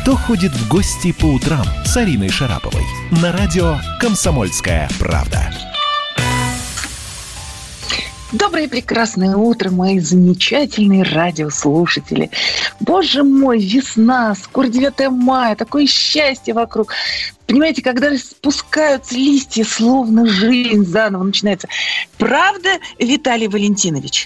«Кто ходит в гости по утрам» с Ариной Шараповой на радио «Комсомольская правда». Доброе и прекрасное утро, мои замечательные радиослушатели. Боже мой, весна, скоро 9 мая, такое счастье вокруг. Понимаете, когда спускаются листья, словно жизнь заново начинается. Правда, Виталий Валентинович?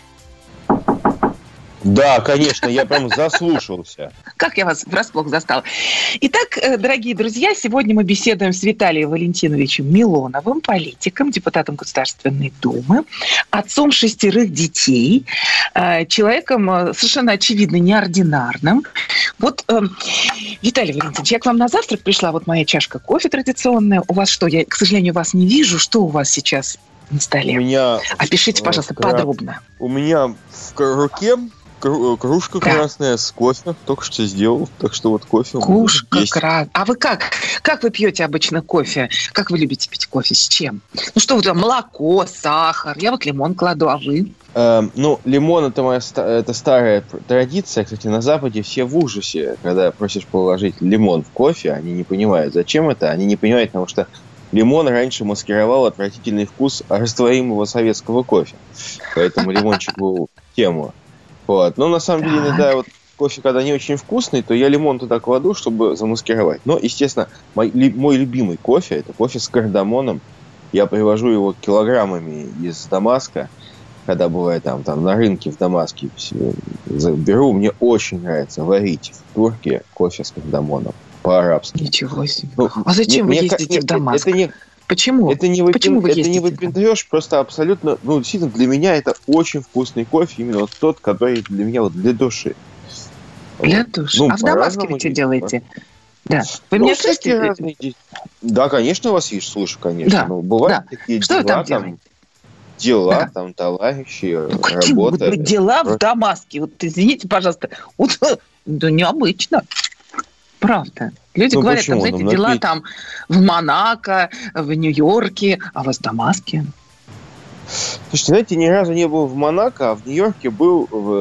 Да, конечно, я прям заслушался. Как я вас врасплох застала. Итак, дорогие друзья, сегодня мы беседуем с Виталием Валентиновичем Милоновым, политиком, депутатом Государственной Думы, отцом 6 детей, человеком совершенно очевидно неординарным. Вот, Виталий Валентинович, я к вам на завтрак пришла, вот моя чашка кофе традиционная. У вас что? Я, к сожалению, вас не вижу. Что у вас сейчас на столе? Опишите, пожалуйста, подробно. У меня в руке кружка красная с кофе. Только что сделал. Так что вот кофе. Кружка красная. А вы как? Как вы пьете обычно кофе? Как вы любите пить кофе? С чем? Ну что вы там? Молоко, сахар. Я вот лимон кладу, а вы? Лимон это старая традиция. Кстати, на Западе все в ужасе, когда просишь положить лимон в кофе, они не понимают, зачем это. Они не понимают, потому что лимон раньше маскировал отвратительный вкус растворимого советского кофе. Поэтому лимончик был в тему. Вот. Но на самом деле, иногда вот кофе, когда не очень вкусный, то я лимон туда кладу, чтобы замаскировать. Но, естественно, мой любимый кофе – это кофе с кардамоном. Я привожу его килограммами из Дамаска, когда бывает там на рынке в Дамаске. Беру, мне очень нравится варить в турке кофе с кардамоном по-арабски. Ничего себе. А зачем вы ездите в Дамаск? Почему? Почему вы ездите? Это не выпендрёж, просто абсолютно, действительно, для меня это очень вкусный кофе, именно вот тот, который для меня вот для души. Для души. А в Дамаске вы что делаете? Да. Вы меня слышите? Да, конечно, вас вижу, слушаю, конечно. Да. Бывают такие что дела, вы там делаете? Товарищи, работа. Дела в Дамаске? Вот извините, пожалуйста. Да необычно. Правда. Люди говорят, почему? там, знаете, дела там в Монако, в Нью-Йорке, а у вас в Дамаске? Слушайте, знаете, ни разу не был в Монако, а в Нью-Йорке был в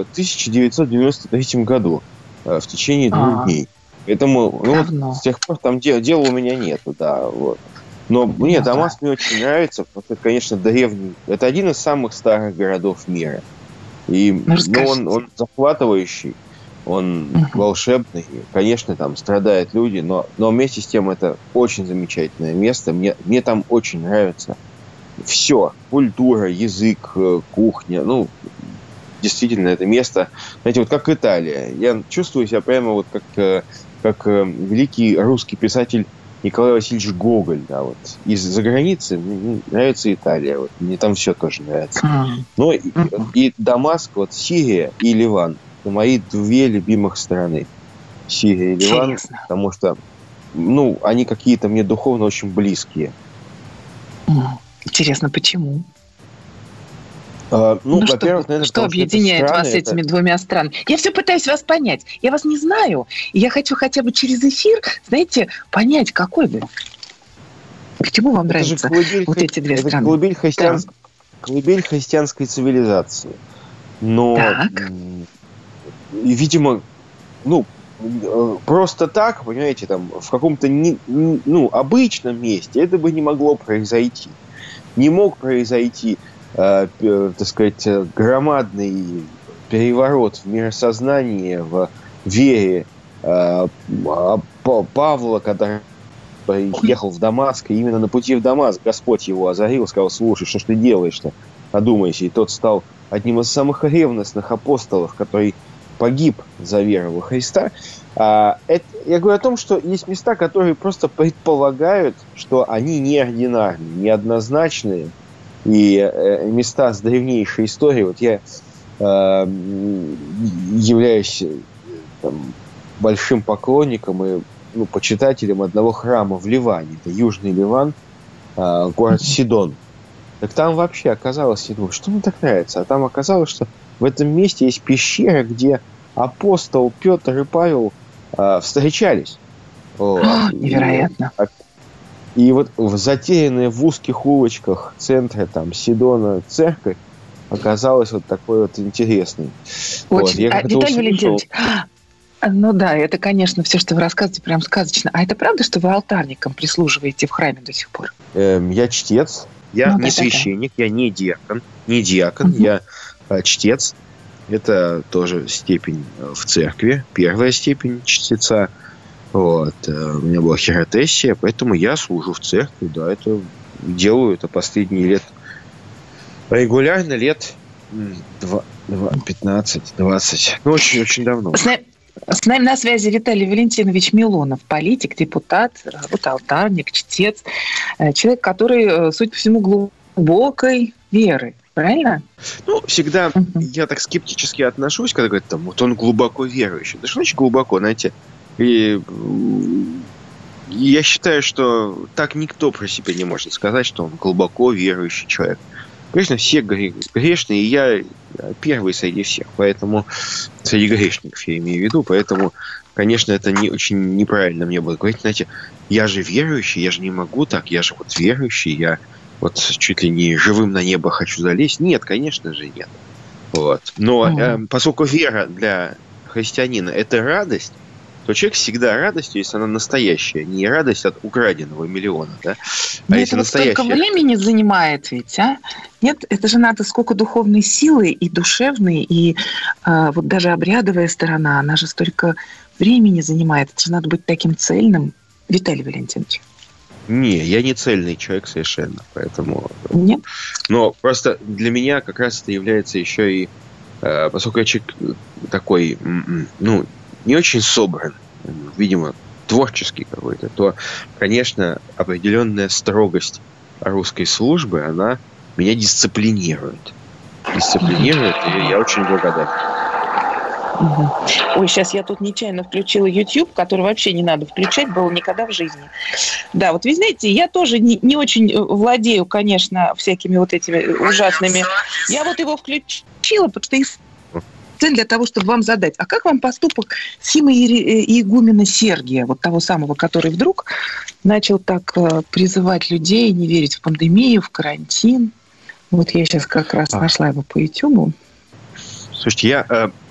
1993 году, в течение 2 дней. Поэтому, с тех пор там дела у меня нету, да, вот. Но мне Дамаск мне очень нравится, потому что, конечно, древний. Это один из самых старых городов мира. И он захватывающий. Он волшебный, конечно, там страдают люди, но вместе с тем это очень замечательное место. Мне там очень нравится все. Культура, язык, кухня. Действительно, это место, знаете, вот как Италия. Я чувствую себя прямо вот как великий русский писатель Николай Васильевич Гоголь. Да, вот. Из-за границы мне нравится Италия. Вот. Мне там все тоже нравится. И Дамаск, вот Сирия и Ливан. Это мои 2 любимых страны. Сирия и Ливан. Потому что, они какие-то мне духовно очень близкие. Интересно, почему? Во-первых, наверное, что объединяет вас с этими 2 странами? Я все пытаюсь вас понять. Я вас не знаю. И я хочу хотя бы через эфир, знаете, понять, какой вы. Почему вам нравятся вот эти 2 страны? Это колыбель христианской цивилизации. Но... Видимо, просто так, понимаете, там, в каком-то обычном месте это бы не могло произойти. Не мог произойти, так сказать, громадный переворот в миросознании, в вере Павла, который ехал в Дамаск, и именно на пути в Дамаск Господь его озарил, сказал: слушай, что ж ты делаешь-то? Одумайся. И тот стал одним из самых ревностных апостолов, который погиб за веру во Христа. Я говорю о том, что есть места, которые просто предполагают, что они неординарные, неоднозначные, и места с древнейшей историей. Вот я являюсь большим поклонником и почитателем одного храма в Ливане. Это Южный Ливан, город Сидон. Так там вообще оказалось, я думаю, что мне так нравится? А там оказалось, что в этом месте есть пещера, где апостол Петр и Павел встречались. Невероятно. И вот затерянная в узких улочках центра Сидона церковь оказалась вот такой вот интересной. Очень. Виталий Валентинович, Ну да, это, конечно, все, что вы рассказываете, прям сказочно. А это правда, что вы алтарником прислуживаете в храме до сих пор? Я чтец, я не священник, я не диакон, я чтец. Это тоже степень в церкви, первая степень чтеца. Вот. У меня была хиротессия, поэтому я служу в церкви, да, это делаю это последние лет. Регулярно лет 15-20. Ну, очень давно. С нами на связи Виталий Валентинович Милонов, политик, депутат, алтарник, чтец. Человек, который, судя по всему, глубокой веры. Правильно? Ну, всегда я так скептически отношусь, когда говорят, там, вот он глубоко верующий. Да что значит глубоко, знаете? И я считаю, что так никто про себя не может сказать, что он глубоко верующий человек. Конечно, все грешные, и я первый среди всех, поэтому среди грешников я имею в виду, поэтому, конечно, это очень неправильно мне было говорить, знаете, я же верующий, я же не могу так, я же вот верующий, я вот чуть ли не живым на небо хочу залезть. Нет, конечно же, нет. Вот. Но поскольку вера для христианина – это радость, то человек всегда радостью, если она настоящая, не радость от украденного миллиона, да? А если настоящая. Это столько времени занимает ведь, а? Нет, это же надо сколько духовной силы и душевной, и вот даже обрядовая сторона, она же столько времени занимает. Это же надо быть таким цельным. Виталий Валентинович. Не, я не цельный человек совершенно, поэтому... Нет? Но просто для меня как раз это является еще и... Поскольку я человек такой, ну, не очень собран, видимо, творческий какой-то, то, конечно, определенная строгость русской службы, она меня дисциплинирует. И я очень благодарен. Ой, сейчас я тут нечаянно включила YouTube, который вообще не надо включать было никогда в жизни. Да, вот вы знаете, я тоже не очень владею, конечно, всякими вот этими ужасными. Я вот его включила, потому что цель для того, чтобы вам задать. А как вам поступок схимоигумена Сергия, вот того самого, который вдруг начал так призывать людей не верить в пандемию, в карантин? Вот я сейчас как раз нашла его по YouTube. Слушайте,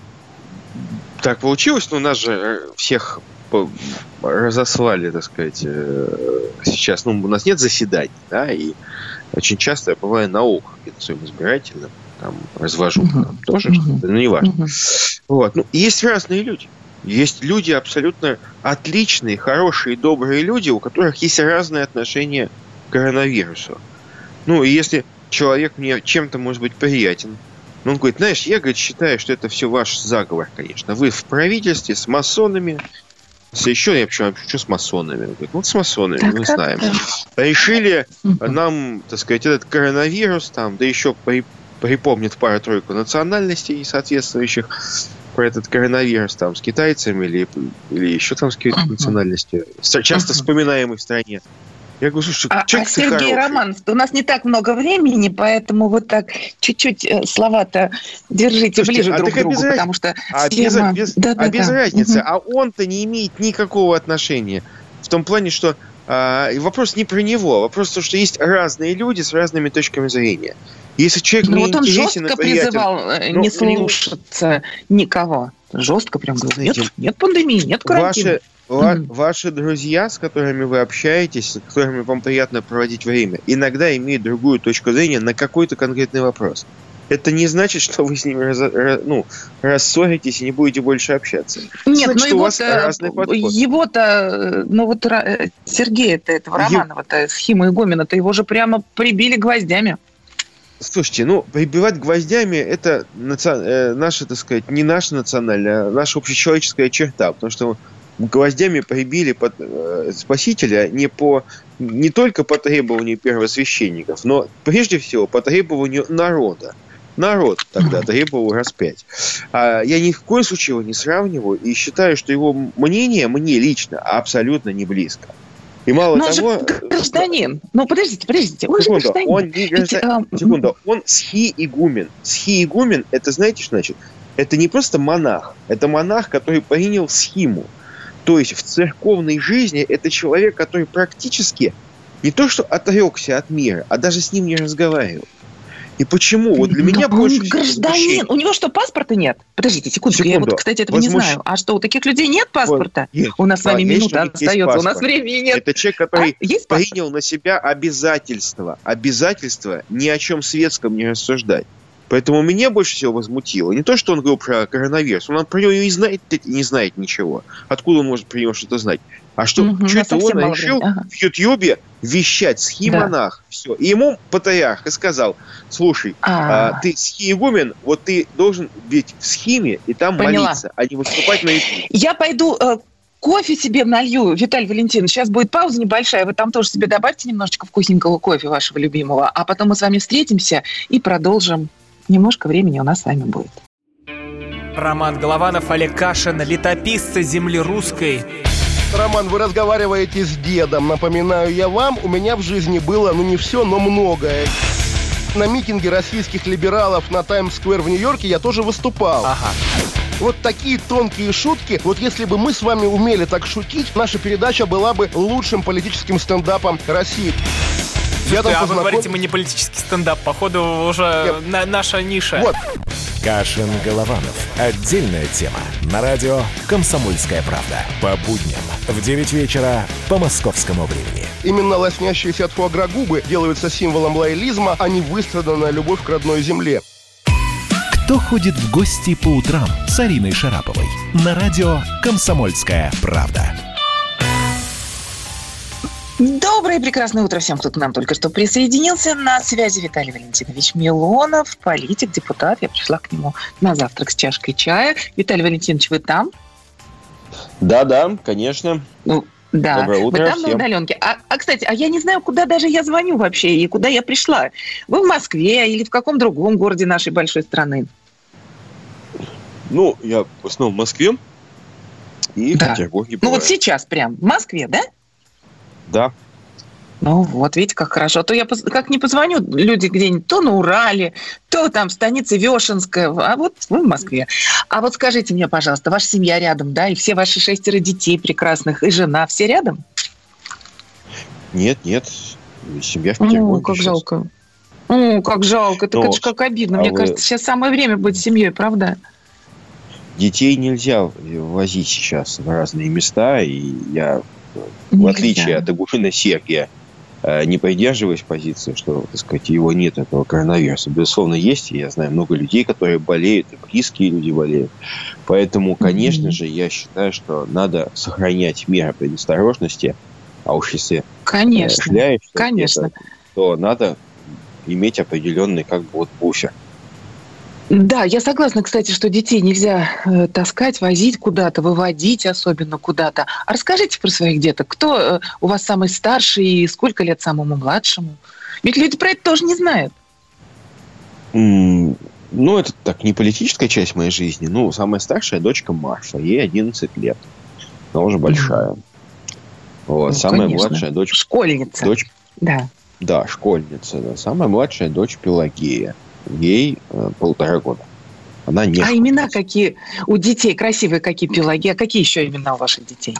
так получилось, но нас же всех разослали, так сказать, сейчас. Ну, у нас нет заседаний, да, и очень часто я бываю на округе своим избирательным, там развожу там тоже что-то, но не важно. Вот. Ну, есть разные люди. Есть люди абсолютно отличные, хорошие, добрые люди, у которых есть разные отношения к коронавирусу. Ну, и если человек мне чем-то может быть приятен, но он говорит, знаешь, я, говорит, считаю, что это все ваш заговор, конечно. Вы в правительстве с масонами, еще я почему с масонами? Он говорит, вот с масонами, так, мы знаем. Решили нам, так сказать, этот коронавирус, там, да еще припомнит пару-тройку национальностей соответствующих про этот коронавирус, там, с китайцами или еще там с какой-то национальностью, часто вспоминаемой в стране. Я говорю, слушай, Сергей Романов, у нас не так много времени, поэтому вот так чуть-чуть слова-то держите ближе друг к другу, потому что... без разницы. А он-то не имеет никакого отношения. В том плане, что вопрос не про него, вопрос в том, что есть разные люди с разными точками зрения. Если человек не вот он интересен, жестко призывал не слушаться никого. Жестко прям говорил, нет пандемии, нет карантина. Ваши друзья, с которыми вы общаетесь, с которыми вам приятно проводить время, иногда имеют другую точку зрения на какой-то конкретный вопрос. Это не значит, что вы с ними рассоритесь и не будете больше общаться. Нет, значит, но его-то, ну вот Сергея-то этого Романова-то, схимоигумена-то, его же прямо прибили гвоздями. Слушайте, ну, прибивать гвоздями – это наша, так сказать, не наша национальная, а наша общечеловеческая черта, потому что гвоздями прибили Спасителя не только по требованию первосвященников, но прежде всего по требованию народа. Народ тогда требовал распять. Я ни в коем случае его не сравниваю и считаю, что его мнение мне лично абсолютно не близко. И мало но того... он же гражданин. Ну, подождите. Он же гражданин. Он не гражданин. Секунду. Он схиигумен. Схиигумен, это знаете, что значит? Это не просто монах. Это монах, который принял схиму. То есть в церковной жизни это человек, который практически не то что отрекся от мира, а даже с ним не разговаривал. И почему? Вот для меня больше... Он гражданин. У него что, паспорта нет? Подождите, секундочку. Я вот, кстати, этого не знаю. А что, у таких людей нет паспорта? Нет. У нас с вами минута остается. У нас времени нет. Это человек, который принял на себя обязательства. Обязательства ни о чем светском не рассуждать. Поэтому меня больше всего возмутило не то, что он говорил про коронавирус. Он про него и не знает ничего. Откуда он может про него что-то знать? А что он решил в Ютьюбе вещать схимонах, все. И ему патриарх сказал: слушай, ты схиегумен, вот ты должен быть в схиме и там молиться, а не выступать на Ютьюбе. Я пойду кофе себе налью, Виталий Валентинович. Сейчас будет пауза небольшая, вы там тоже себе добавьте немножечко вкусненького кофе вашего любимого, а потом мы с вами встретимся и продолжим. Немножко времени у нас с вами будет. Роман Голованов, Олег Кашин, летописцы земли русской. Роман, вы разговариваете с дедом. Напоминаю я вам, у меня в жизни было, не все, но многое. На митинге российских либералов на Таймс-сквер в Нью-Йорке я тоже выступал. Ага. Вот такие тонкие шутки. Вот если бы мы с вами умели так шутить, наша передача была бы лучшим политическим стендапом России. Вы говорите, мы не политический стендап. Походу, уже наша ниша. Вот. Кашин, Голованов. Отдельная тема. На радио «Комсомольская правда». По будням в 9 вечера по московскому времени. Именно лоснящиеся от фуагра губы делаются символом лоялизма, а не выстраданная любовь к родной земле. Кто ходит в гости по утрам с Ариной Шараповой? На радио «Комсомольская правда». Доброе и прекрасное утро всем, кто к нам только что присоединился. На связи Виталий Валентинович Милонов, политик, депутат. Я пришла к нему на завтрак с чашкой чая. Виталий Валентинович, вы там? Да, конечно. Да, доброе утро вы там всем. На удаленке. Кстати, я не знаю, куда даже я звоню вообще и куда я пришла. Вы в Москве или в каком другом городе нашей большой страны? Я в основном в Москве и в Петербурге. Вот сейчас прям в Москве, да? Да. Вот, видите, как хорошо. А то я как не позвоню, люди где-нибудь то на Урале, то там в станице Вешенская, а вот вы в Москве. А вот скажите мне, пожалуйста, ваша семья рядом, да? И все ваши 6 детей прекрасных, и жена, все рядом? Нет, семья в Петербурге. Как жалко. Как жалко. Так это же как обидно. Мне кажется, сейчас самое время быть семьей, правда? Детей нельзя возить сейчас в разные места, и я... В отличие от Игумена Сергия, не придерживаюсь позиции, что, так сказать, его нет, этого коронавируса. Безусловно, есть, и я знаю много людей, которые болеют, и близкие люди болеют. Поэтому, конечно же, я считаю, что надо сохранять меры предосторожности, а уж если шляешь, то надо иметь определенный буфер. Да, я согласна, кстати, что детей нельзя таскать, возить куда-то, выводить особенно куда-то. А расскажите про своих деток. Кто у вас самый старший и сколько лет самому младшему? Ведь люди про это тоже не знают. Это так, не политическая часть моей жизни. Самая старшая дочка Марфа, ей 11 лет. Она уже большая. Самая младшая дочь... Школьница. Да, школьница. Да. Самая младшая дочь Пелагея. Ей 1,5 года. Она не... А имена какие у детей? Красивые какие, Пелагея? Какие еще имена у ваших детей?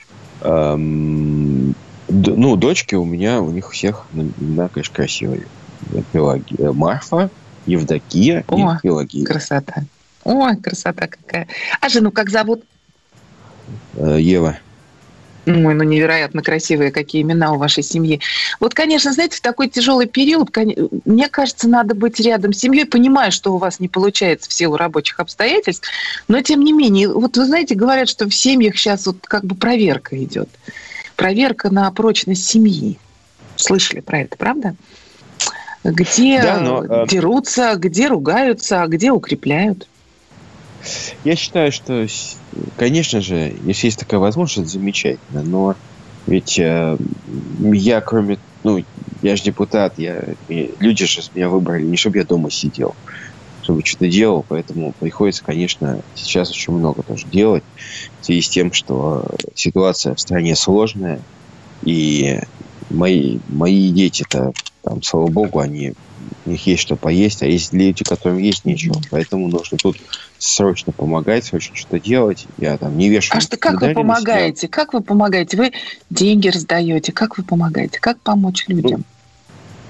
Дочки у них всех имена, конечно, красивые. Пелагея, Марфа, Евдокия и Пелагея. Красота. Ой, красота какая. А жену как зовут? Ева. Невероятно красивые какие имена у вашей семьи. Вот, конечно, знаете, в такой тяжелый период, мне кажется, надо быть рядом с семьей, понимая, что у вас не получается в силу рабочих обстоятельств, но тем не менее, вот вы знаете, говорят, что в семьях сейчас проверка идет. Проверка на прочность семьи. Слышали про это, правда? Где дерутся, где ругаются, а где укрепляют. Я считаю, что, конечно же, если есть такая возможность, это замечательно. Но ведь я, кроме... я же депутат, люди же меня выбрали не чтобы я дома сидел, чтобы что-то делал. Поэтому приходится, конечно, сейчас очень много тоже делать. В связи с тем, что ситуация в стране сложная. И мои дети-то, слава богу, у них есть что поесть, а есть люди, которым есть ничего. Поэтому нужно тут срочно помогать, срочно что-то делать. Я не вешаю. Как вы помогаете? Как вы помогаете? Вы деньги раздаете? Как вы помогаете? Как помочь людям?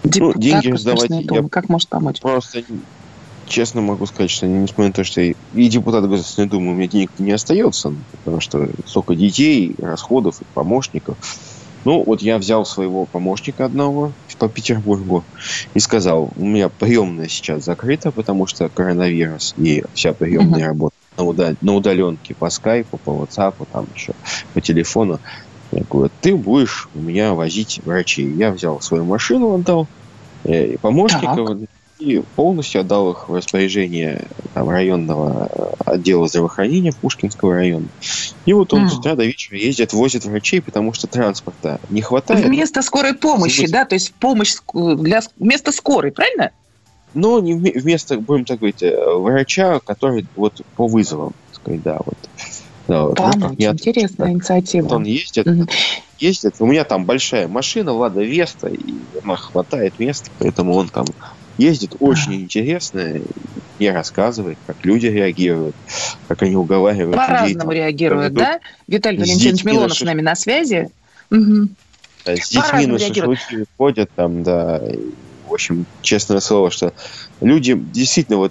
Депутат деньги раздавать я как может помочь? Просто честно могу сказать, что несмотря на то, что и депутат Государственной Думы, у меня денег не остается, потому что столько детей, расходов, помощников. Вот я взял своего помощника одного по Петербургу и сказал, у меня приемная сейчас закрыта, потому что коронавирус, и вся приемная работа на удаленке по скайпу, по WhatsApp, там еще по телефону. Я говорю, ты будешь у меня возить врачей. Я взял свою машину, отдал помощников и полностью отдал их в распоряжение районного отдела здравоохранения Пушкинского района. И вот он с утра до вечера ездит, возит врачей, потому что транспорта не хватает. Вместо скорой помощи, да? То есть помощь вместо скорой, правильно? Не вместо, будем так говорить, врача, который по вызовам, сказать, да, вот. Помочь. Интересная инициатива. Вот он ездит. У меня там большая машина, Лада Веста, и хватает места, поэтому он там ездит. Очень интересно. И рассказывает, как люди реагируют, как они уговаривают людей. По-разному реагируют, да? Виталий Валентинович Милонов с нами на связи. Угу. С детьми на шашлыки ходят там, да. В общем, честное слово, что люди действительно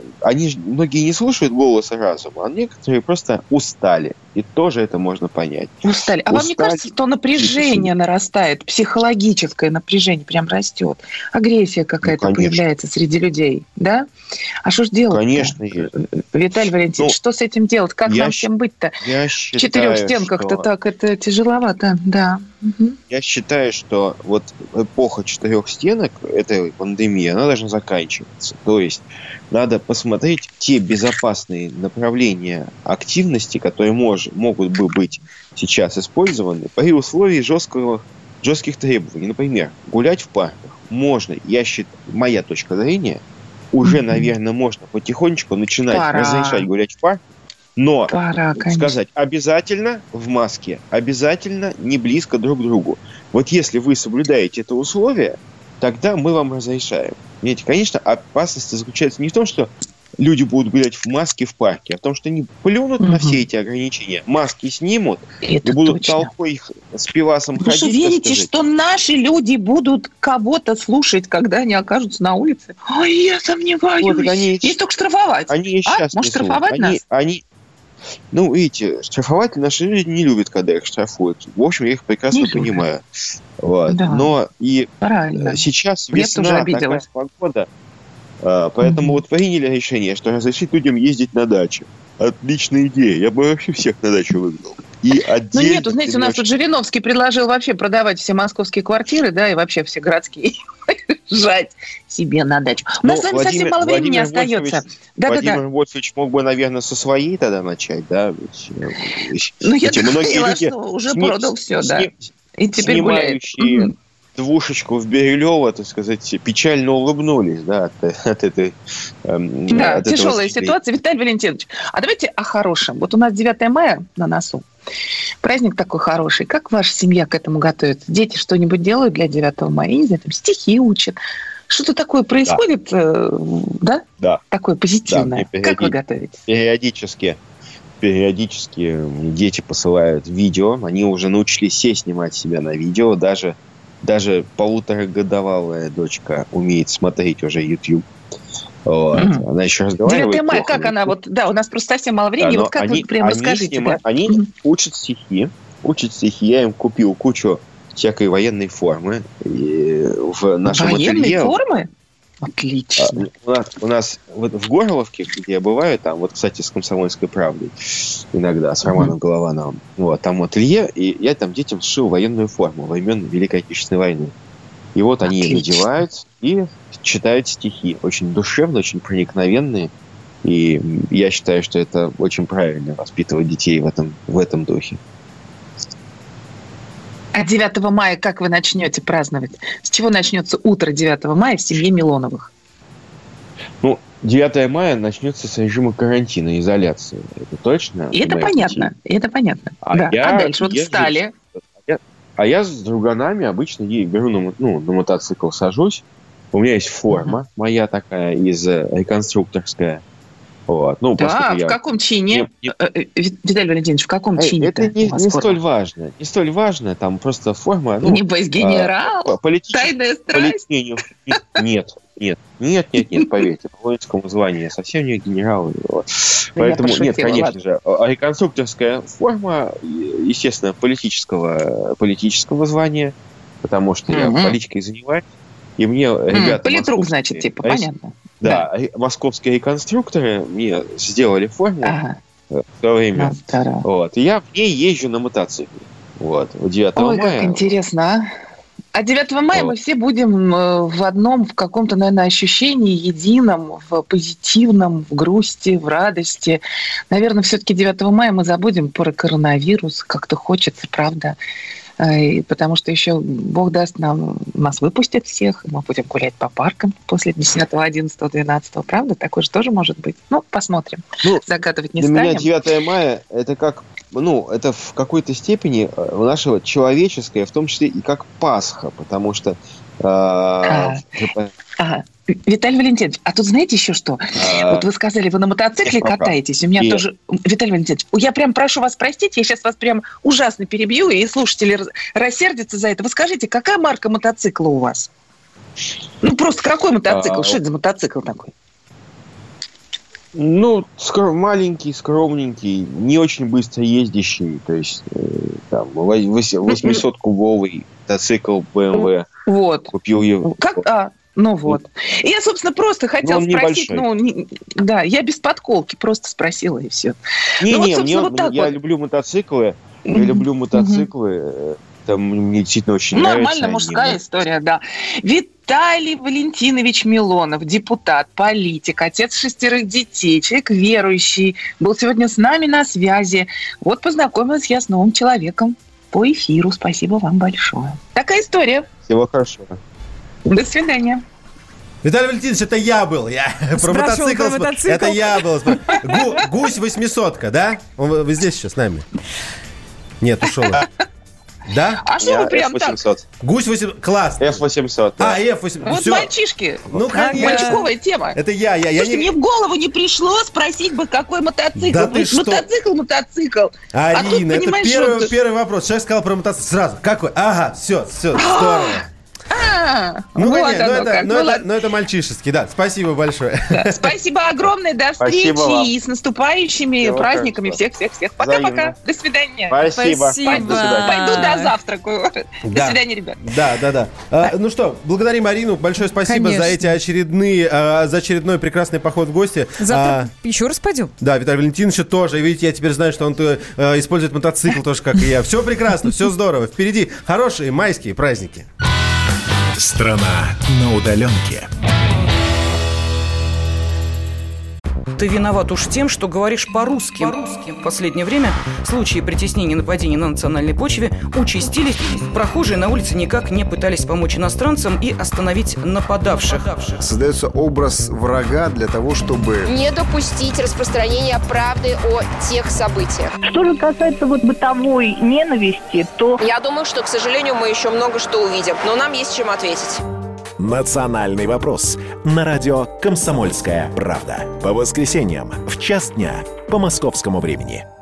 многие не слушают голоса разума, а некоторые просто устали. И тоже это можно понять. Устали. А вам не кажется, что напряжение нарастает, психологическое напряжение прям растет? Агрессия какая-то появляется среди людей, да? А что ж делать? Конечно, есть. Виталий Валентинович, что с этим делать? Как нам всем быть-то? В четырех стенках-то так это тяжеловато, да. Угу. Я считаю, что эпоха четырех стенок этой пандемии, она должна заканчиваться. То есть надо посмотреть те безопасные направления активности, которые могут быть сейчас использованы при условии жестких требований. Например, гулять в парках можно. Моя точка зрения, уже, наверное, можно потихонечку начинать разрешать гулять в парках, но сказать обязательно в маске, обязательно не близко друг к другу. Если вы соблюдаете это условие, тогда мы вам разрешаем. Видите, конечно, опасность заключается не в том, что люди будут гулять в маске в парке, а в том, что они плюнут на все эти ограничения, маски снимут и будут толпой их с пивасом ходить. Вы же верите, что наши люди будут кого-то слушать, когда они окажутся на улице? Ой, я сомневаюсь. Есть только штрафовать. Они и сейчас может, штрафовать нас? Видите, штрафовать наши люди не любят, когда их штрафуют. В общем, я их прекрасно понимаю. Да. Но и сейчас весна, такая погода. Поэтому приняли решение, что разрешить людям ездить на дачу. Отличная идея. Я бы вообще всех на дачу выгнал. И отдельно... знаете, у нас тут Жириновский предложил вообще продавать все московские квартиры, да, и вообще все городские, жать себе на дачу. У нас с вами совсем мало времени остается. Владимир Вольфович мог бы, наверное, со своей тогда начать, да? Я поняла, что уже продал все, да. И теперь гуляет. Двушечку в Бирюлево, так сказать, печально улыбнулись, да, от этой... тяжелая ситуация. Виталий Валентинович, а давайте о хорошем. У нас 9 мая на носу. Праздник такой хороший. Как ваша семья к этому готовится? Дети что-нибудь делают для 9 мая? Я не знаю, там стихи учат. Что-то такое происходит, да? Да. Такое позитивное. Да, как вы готовите? Периодически дети посылают видео. Они уже научились все снимать себя на видео. Даже 1,5-годовалая дочка умеет смотреть уже YouTube. Она еще разговаривает. 9 мая, как она? У нас просто совсем мало времени. Как вы прям расскажите? Они учат стихи. Я им купил кучу всякой военной формы. В нашем ателье. Военной формы? Отлично. У нас в Горловке, где я бываю, там, кстати, с «Комсомольской правдой» иногда, с Романом Головановым, там ателье, и я там детям сшил военную форму времен Великой Отечественной войны. И они ее надевают и читают стихи. Очень душевные, очень проникновенные. И я считаю, что это очень правильно воспитывать детей в этом духе. А 9 мая как вы начнете праздновать? С чего начнется утро 9 мая в семье Милоновых? 9 мая начнется с режима карантина, изоляции. Это точно? И это понятно. А дальше встали. Я с друганами обычно беру на мотоцикл, сажусь. У меня есть форма моя такая, реконструкторская. Вот. Ну, да, в каком чине? Виталий Валентинович, в каком чине? Это не столь важно. Не столь важно, там просто форма... Ну, небось, генерал? Тайная страсть? Нет, поверьте, по воинскому званию я совсем не генерал. Поэтому, нет, конечно же, реконструкторская форма, естественно, политического звания, потому что я политикой занимаюсь, и мне ребята... Политрук, значит, типа, понятно. Да, московские реконструкторы мне сделали форму в то время. Вот, и я в ней езжу на мотоцикле. Вот, 9 мая. Ой, как интересно, а 9 мая мы все будем в каком-то, наверное, ощущении едином, в позитивном, в грусти, в радости. Наверное, все-таки 9 мая мы забудем про коронавирус. Как-то хочется, правда. Потому что еще, Бог даст, нас выпустят всех, и мы будем гулять по паркам после 10, 11, 12. Правда? Такое же тоже может быть. Ну, посмотрим. Загадывать не станем. Для меня 9 мая это как... это в какой-то степени нашего человеческое, в том числе и как Пасха, потому что... Виталий Валентинович, а тут знаете еще что? Вот вы сказали, вы на мотоцикле катаетесь. У меня тоже... Виталий Валентинович, я прям прошу вас простить, я сейчас вас прям ужасно перебью, и слушатели рассердятся за это. Вы скажите, какая марка мотоцикла у вас? Ну, просто какой мотоцикл? Что это за мотоцикл такой? Ну, маленький, скромненький, не очень быстро ездящий. То есть, там, 800-кубовый мотоцикл BMW. Вот. Купил его. Ну вот. И я, собственно, просто хотела спросить, я без подколки просто спросила, и все. Я люблю мотоциклы, там мне действительно очень нравится. Нормально, мужская история, да. Виталий Валентинович Милонов, депутат, политик, отец 6 детей, человек верующий, был сегодня с нами на связи. Вот познакомилась я с новым человеком по эфиру. Спасибо вам большое. Такая история. Всего хорошего. До свидания. Виталий Валентинович, это я был. Про мотоцикл. Это я был. Гусь 800-ка, да? Вы здесь еще с нами? Нет, ушел. Да? А что вы прям так? Гусь 800. Класс. F800. Да. F800. Вот мальчишки. Ну, мальчиковая тема. Это я. Слушайте, мне в голову не пришло спросить бы, какой мотоцикл. Да ты что? Мотоцикл. Арина, это первый вопрос. Человек сказал про мотоцикл. Сразу. Какой? Ага, все, здорово. Это мальчишеский, да. Спасибо большое. Да, спасибо огромное, до встречи и с наступающими праздниками. Всех. Пока-пока. До свидания. Спасибо. Пойду дозавтракаю. До свидания, ребят. Да. Ну что, благодарим Арину. Большое спасибо за очередной прекрасный поход в гости. Завтра еще раз пойдем. Да, Виталий Валентинович тоже. И видите, я теперь знаю, что он использует мотоцикл тоже, как и я. Все прекрасно, все здорово. Впереди хорошие майские праздники. Страна на удаленке. Ты виноват уж тем, что говоришь по-русски. В последнее время случаи притеснения и нападений на национальной почве участились. Прохожие на улице никак не пытались помочь иностранцам и остановить нападавших. Создается образ врага для того, чтобы не допустить распространения правды о тех событиях. Что же касается бытовой ненависти, то... Я думаю, что, к сожалению, мы еще много что увидим, но нам есть чем ответить. «Национальный вопрос» на радио «Комсомольская правда». По воскресеньям в 1:00 дня по московскому времени.